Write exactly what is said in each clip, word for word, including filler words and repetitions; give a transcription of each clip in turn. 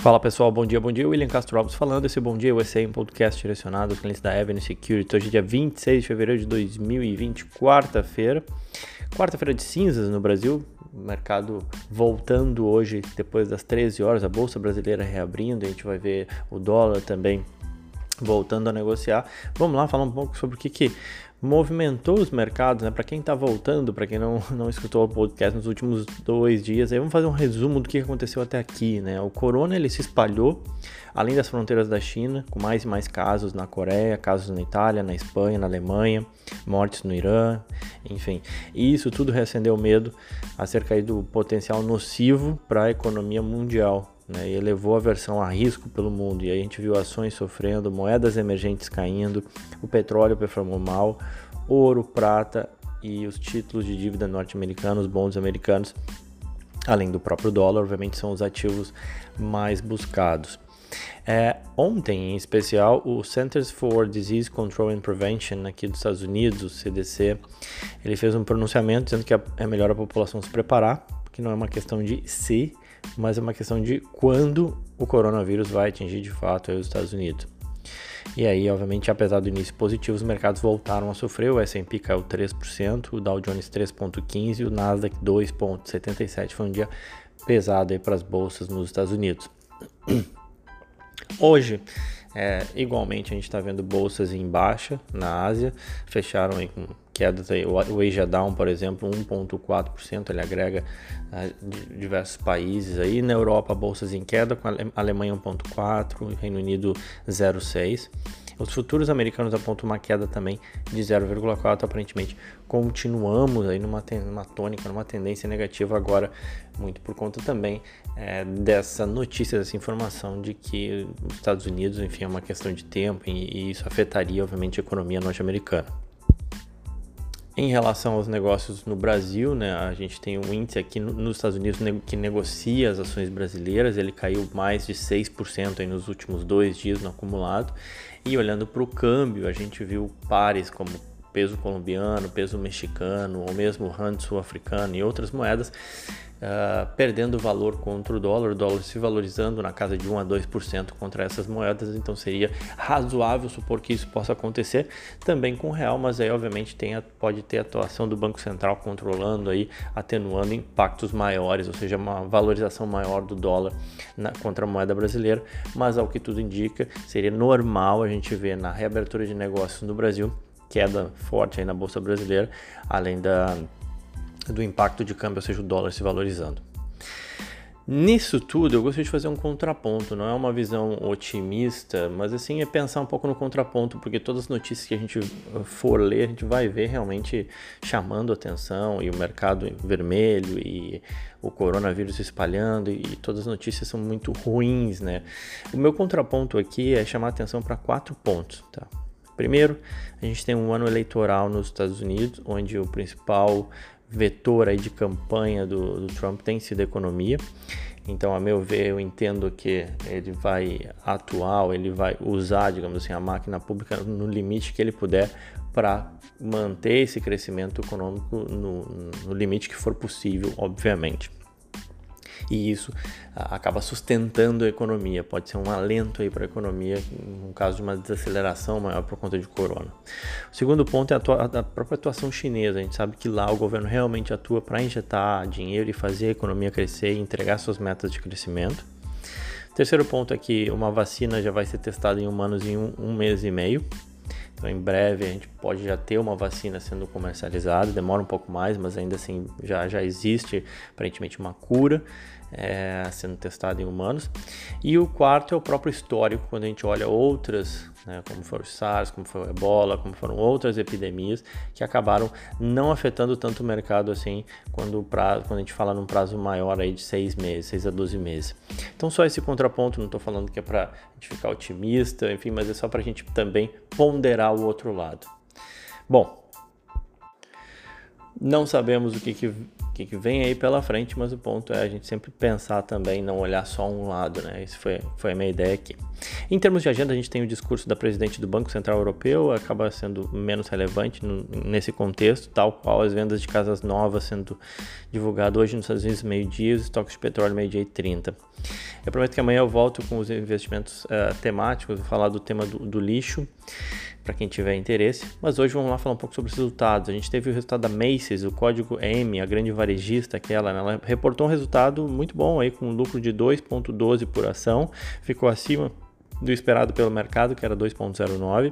Fala pessoal, bom dia, bom dia, William Castro Alves falando, esse Bom Dia U S A, um podcast direcionado aos clientes da Avenue Security. Hoje é dia vinte e seis de fevereiro de dois mil e vinte, quarta-feira, quarta-feira de cinzas no Brasil, o mercado voltando hoje depois das treze horas, a Bolsa Brasileira reabrindo, a gente vai ver o dólar também voltando a negociar. Vamos lá falar um pouco sobre o que que movimentou os mercados, né? Para quem está voltando, para quem não, não escutou o podcast nos últimos dois dias, aí vamos fazer um resumo do que aconteceu até aqui, né? O corona ele se espalhou além das fronteiras da China, com mais e mais casos na Coreia, casos na Itália, na Espanha, na Alemanha, mortes no Irã, enfim. E isso tudo reacendeu o medo acerca aí do potencial nocivo para a economia mundial, né, e elevou a aversão a risco pelo mundo, e aí a gente viu ações sofrendo, moedas emergentes caindo, o petróleo performou mal, ouro, prata e os títulos de dívida norte-americanos, bons americanos, além do próprio dólar, obviamente são os ativos mais buscados. É, ontem, em especial, o Centers for Disease Control and Prevention aqui dos Estados Unidos, o C D C, ele fez um pronunciamento dizendo que é melhor a população se preparar, porque não é uma questão de se, mas é uma questão de quando o coronavírus vai atingir de fato aí os Estados Unidos. E aí, obviamente, apesar do início positivo, os mercados voltaram a sofrer, o S and P caiu três por cento, o Dow Jones três vírgula quinze por cento e o Nasdaq dois vírgula setenta e sete por cento. Foi um dia pesado aí para as bolsas nos Estados Unidos. Hoje, é, igualmente, a gente está vendo bolsas em baixa na Ásia, fecharam aí com quedas, aí, o Asia Down, por exemplo, um vírgula quatro por cento, ele agrega uh, de diversos países aí. Na Europa, bolsas em queda, com a Alemanha um vírgula quatro por cento, Reino Unido zero vírgula seis por cento. Os futuros americanos apontam uma queda também de zero vírgula quatro por cento, aparentemente continuamos aí numa, numa tônica, numa tendência negativa agora, muito por conta também é, dessa notícia, dessa informação de que os Estados Unidos, enfim, é uma questão de tempo e, e isso afetaria, obviamente, a economia norte-americana. Em relação aos negócios no Brasil, né, a gente tem um índice aqui no, nos Estados Unidos que negocia as ações brasileiras, ele caiu mais de seis por cento aí nos últimos dois dias no acumulado. E olhando para o câmbio, a gente viu pares como peso colombiano, peso mexicano, ou mesmo rand sul-africano e outras moedas Uh, perdendo valor contra o dólar, o dólar se valorizando na casa de um a dois por cento contra essas moedas, então seria razoável supor que isso possa acontecer também com o real, mas aí obviamente tem a, pode ter a atuação do Banco Central controlando aí, atenuando impactos maiores, ou seja, uma valorização maior do dólar na, contra a moeda brasileira, mas ao que tudo indica, seria normal a gente ver na reabertura de negócios no Brasil, queda forte aí na Bolsa Brasileira, além da do impacto de câmbio, ou seja, o dólar se valorizando. Nisso tudo, eu gostaria de fazer um contraponto, não é uma visão otimista, mas assim, é pensar um pouco no contraponto, porque todas as notícias que a gente for ler, a gente vai ver realmente chamando atenção, e o mercado vermelho, e o coronavírus se espalhando, e todas as notícias são muito ruins, né? O meu contraponto aqui é chamar atenção para quatro pontos, tá? Primeiro, a gente tem um ano eleitoral nos Estados Unidos, onde o principal vetor aí de campanha do, do Trump tem sido a economia. Então, a meu ver, eu entendo que ele vai atuar, ele vai usar, digamos assim, a máquina pública no limite que ele puder para manter esse crescimento econômico no, no limite que for possível, obviamente. E isso ah, acaba sustentando a economia, pode ser um alento aí para a economia no caso de uma desaceleração maior por conta de corona. O segundo ponto é a, atua- a própria atuação chinesa. A gente sabe que lá o governo realmente atua para injetar dinheiro e fazer a economia crescer e entregar suas metas de crescimento. O terceiro ponto é que uma vacina já vai ser testada em humanos em um, um mês e meio. Então, em breve, a gente pode já ter uma vacina sendo comercializada, demora um pouco mais, mas ainda assim já, já existe aparentemente uma cura é, sendo testada em humanos. E o quarto é o próprio histórico, quando a gente olha outras, né, como foi o SARS, como foi o Ebola, como foram outras epidemias que acabaram não afetando tanto o mercado assim, quando, o prazo, quando a gente fala num prazo maior aí de seis meses, seis a doze meses. Então, só esse contraponto, não estou falando que é para a gente ficar otimista, enfim, mas é só para a gente também ponderar o outro lado. Bom, não sabemos o que, que, que, que vem aí pela frente, mas o ponto é a gente sempre pensar também, não olhar só um lado, né? Essa foi, foi a minha ideia aqui. Em termos de agenda, a gente tem o discurso da presidente do Banco Central Europeu, acaba sendo menos relevante no, nesse contexto, tal qual as vendas de casas novas sendo divulgado hoje nos Estados Unidos meio-dia, os estoques de petróleo meio-dia e trinta. Eu prometo que amanhã eu volto com os investimentos uh, temáticos, vou falar do tema do, do lixo, para quem tiver interesse, mas hoje vamos lá falar um pouco sobre os resultados. A gente teve o resultado da Macy's, o código M, a grande varejista, aquela, né? Ela reportou um resultado muito bom aí, com um lucro de dois vírgula doze por ação, ficou acima do esperado pelo mercado, que era dois vírgula zero nove,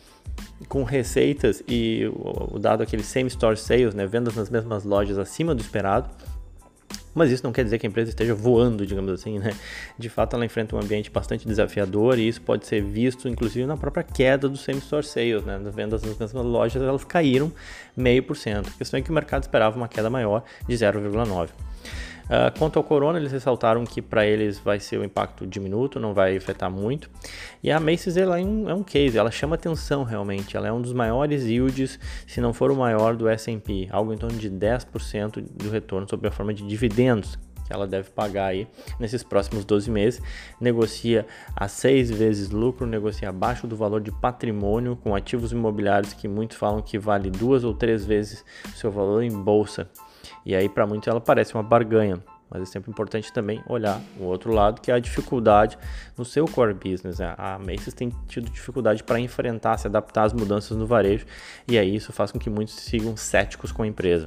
com receitas e o, o dado aquele same store sales, né? Vendas nas mesmas lojas acima do esperado. Mas isso não quer dizer que a empresa esteja voando, digamos assim, né? De fato, ela enfrenta um ambiente bastante desafiador e isso pode ser visto, inclusive, na própria queda do same store sales, né? As vendas nas mesmas lojas, elas caíram meio por cento. A questão é que o mercado esperava uma queda maior de zero vírgula nove por cento. Uh, quanto ao corona, eles ressaltaram que para eles vai ser um impacto diminuto, não vai afetar muito. E a Macy's ela é, um, é um case, ela chama atenção realmente. Ela é um dos maiores yields, se não for o maior, do S and P, algo em torno de dez por cento do retorno sob a forma de dividendos que ela deve pagar aí nesses próximos doze meses. Negocia a seis vezes lucro, negocia abaixo do valor de patrimônio, com ativos imobiliários que muitos falam que vale duas ou três vezes o seu valor em bolsa. E aí, para muitos, ela parece uma barganha, mas é sempre importante também olhar o outro lado, que é a dificuldade no seu core business, né? A Macy's tem tido dificuldade para enfrentar, se adaptar às mudanças no varejo, e aí isso faz com que muitos sigam céticos com a empresa.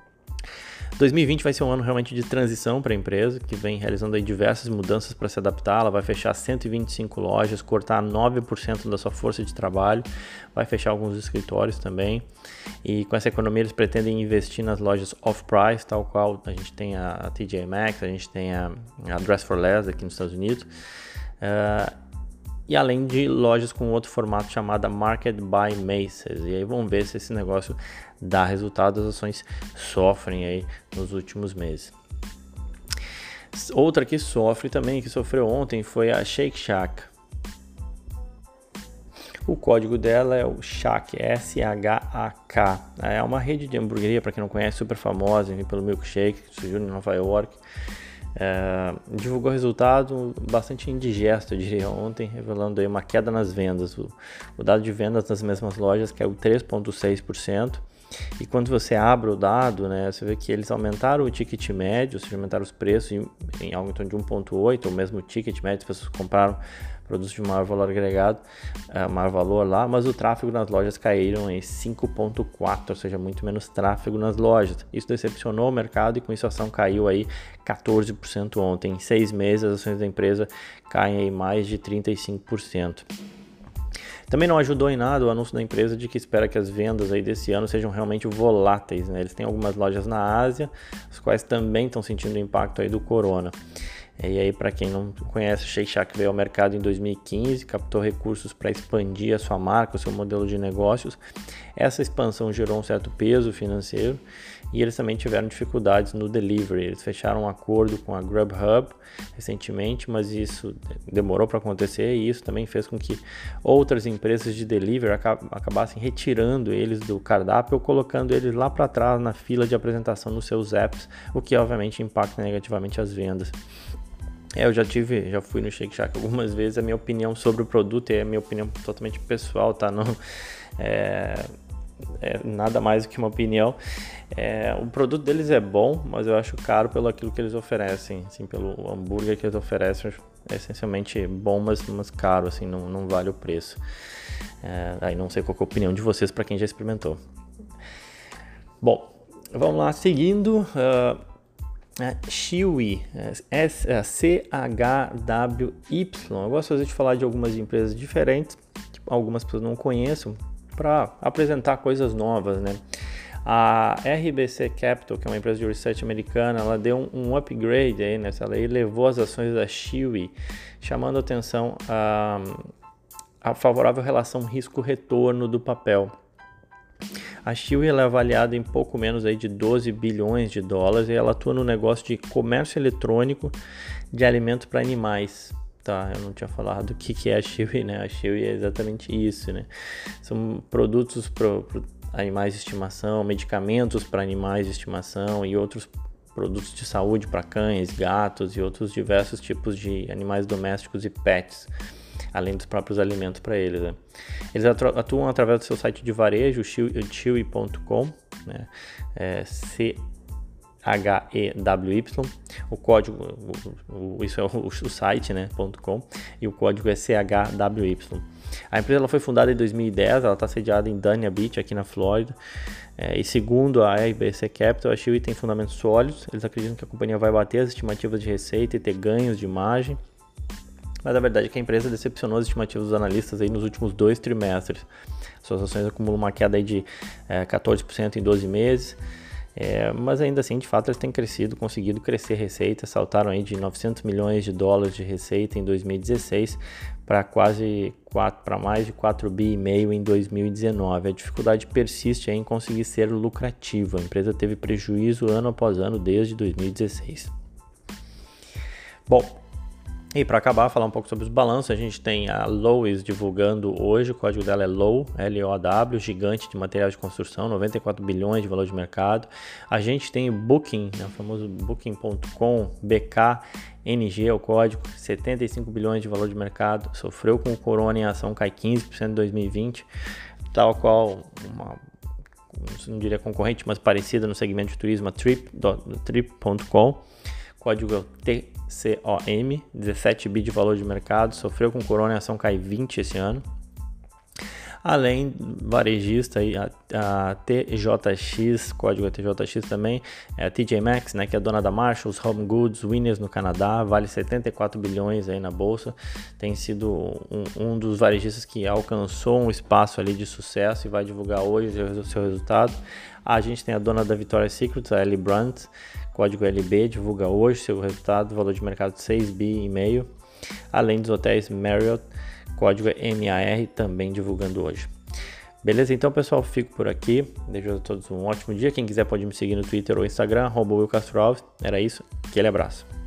dois mil e vinte vai ser um ano realmente de transição para a empresa, que vem realizando aí diversas mudanças para se adaptar. Ela vai fechar cento e vinte e cinco lojas, cortar nove por cento da sua força de trabalho, vai fechar alguns escritórios também. E com essa economia eles pretendem investir nas lojas off-price, tal qual a gente tem a T J Maxx, a gente tem a, a Dress for Less aqui nos Estados Unidos. Uh, E além de lojas com outro formato chamada Market by Macy's. E aí vamos ver se esse negócio dá resultado. As ações sofrem aí nos últimos meses. Outra que sofre também, que sofreu ontem, foi a Shake Shack. O código dela é o Shack, S H A K. É uma rede de hamburgueria, para quem não conhece, super famosa, pelo milkshake, que surgiu em Nova York. É, divulgou resultado bastante indigesto, eu diria, ontem, revelando aí uma queda nas vendas. O, o dado de vendas nas mesmas lojas caiu três vírgula seis por cento. E quando você abre o dado, né, você vê que eles aumentaram o ticket médio, ou seja, aumentaram os preços em, em algo em torno de um vírgula oito, ou mesmo o ticket médio, as pessoas compraram produtos de maior valor agregado, uh, maior valor lá, mas o tráfego nas lojas caíram em cinco vírgula quatro, ou seja, muito menos tráfego nas lojas. Isso decepcionou o mercado e com isso a ação caiu aí quatorze por cento ontem. Em seis meses as ações da empresa caem aí mais de trinta e cinco por cento. Também não ajudou em nada o anúncio da empresa de que espera que as vendas aí desse ano sejam realmente voláteis, né? Eles têm algumas lojas na Ásia, as quais também estão sentindo o impacto aí do corona. E aí, para quem não conhece, o Shake Shack veio ao mercado em dois mil e quinze, captou recursos para expandir a sua marca, o seu modelo de negócios. Essa expansão gerou um certo peso financeiro e eles também tiveram dificuldades no delivery. Eles fecharam um acordo com a Grubhub recentemente, mas isso demorou para acontecer e isso também fez com que outras empresas de delivery acabassem retirando eles do cardápio ou colocando eles lá para trás na fila de apresentação nos seus apps, o que obviamente impacta negativamente as vendas. É, eu já tive, já fui no Shake Shack algumas vezes, a minha opinião sobre o produto é a minha opinião totalmente pessoal, tá? Não, é, é nada mais do que uma opinião. É, o produto deles é bom, mas eu acho caro pelo aquilo que eles oferecem, assim, pelo hambúrguer que eles oferecem, é essencialmente bom, mas, mas caro, assim, não, não vale o preço. É, aí não sei qual é a opinião de vocês para quem já experimentou. Bom, vamos lá, seguindo... Uh, É, Chewy, é, C H W Y. Eu gosto às vezes de falar de algumas empresas diferentes, que algumas pessoas não conheçam, para apresentar coisas novas, né? A R B C Capital, que é uma empresa de research americana, ela deu um, um upgrade aí nessa lei, elevou as ações da Chewy, chamando atenção a, a favorável relação risco-retorno do papel. A Chewy ela é avaliada em pouco menos aí de doze bilhões de dólares e ela atua no negócio de comércio eletrônico de alimentos para animais. Tá, eu não tinha falado o que, que é a Chewy, né? A Chewy é exatamente isso, né? São produtos para animais de estimação, medicamentos para animais de estimação e outros produtos de saúde para cães, gatos e outros diversos tipos de animais domésticos e pets. além dos próprios alimentos para eles, né? Eles atuam através do seu site de varejo, chewy ponto com, né? É, C H E W Y, o código, o, o, isso é o, o site, né, .com, e o código é C H W Y. A empresa ela foi fundada em dois mil e dez, ela está sediada em Dania Beach, aqui na Flórida, é, e segundo a R B C Capital, a Chewy tem fundamentos sólidos, eles acreditam que a companhia vai bater as estimativas de receita e ter ganhos de margem, mas a verdade é que a empresa decepcionou as estimativas dos analistas aí nos últimos dois trimestres. Suas ações acumulam uma queda aí de é, quatorze por cento em doze meses, É, mas ainda assim, de fato, eles têm crescido, conseguido crescer receita, saltaram aí de novecentos milhões de dólares de receita em dois mil e dezesseis para quase para mais de quatro bi e meio em dois mil e dezenove. A dificuldade persiste em conseguir ser lucrativa. A empresa teve prejuízo ano após ano desde dois mil e dezesseis. Bom, e para acabar, falar um pouco sobre os balanços, a gente tem a Lowe's divulgando hoje, o código dela é Low, L O W, gigante de materiais de construção, noventa e quatro bilhões de valor de mercado. A gente tem o Booking, né, o famoso Booking ponto com, B K N G é o código, setenta e cinco bilhões de valor de mercado, sofreu com o corona e a ação cai quinze por cento em dois mil e vinte, tal qual uma, não diria concorrente, mas parecida no segmento de turismo, a Trip ponto com, código é o T C O M, dezessete bi de valor de mercado, sofreu com corona e a ação cai vinte esse ano. Além, varejista, aí, a, a T J X, código é T J X também, é a T J Maxx, né, que é dona da Marshalls, Home Goods, Winners no Canadá, vale setenta e quatro bilhões aí na bolsa, tem sido um, um dos varejistas que alcançou um espaço ali de sucesso e vai divulgar hoje o seu resultado. A gente tem a dona da Victoria's Secret, a Ellie Brandt, código L B, divulga hoje seu resultado, valor de mercado seis bi e meio, além dos hotéis Marriott, código é M A R, também divulgando hoje. Beleza? Então, pessoal, fico por aqui. Desejo a todos um ótimo dia. Quem quiser pode me seguir no Twitter ou Instagram, arroba Will Castro Alves. Era isso. Aquele abraço.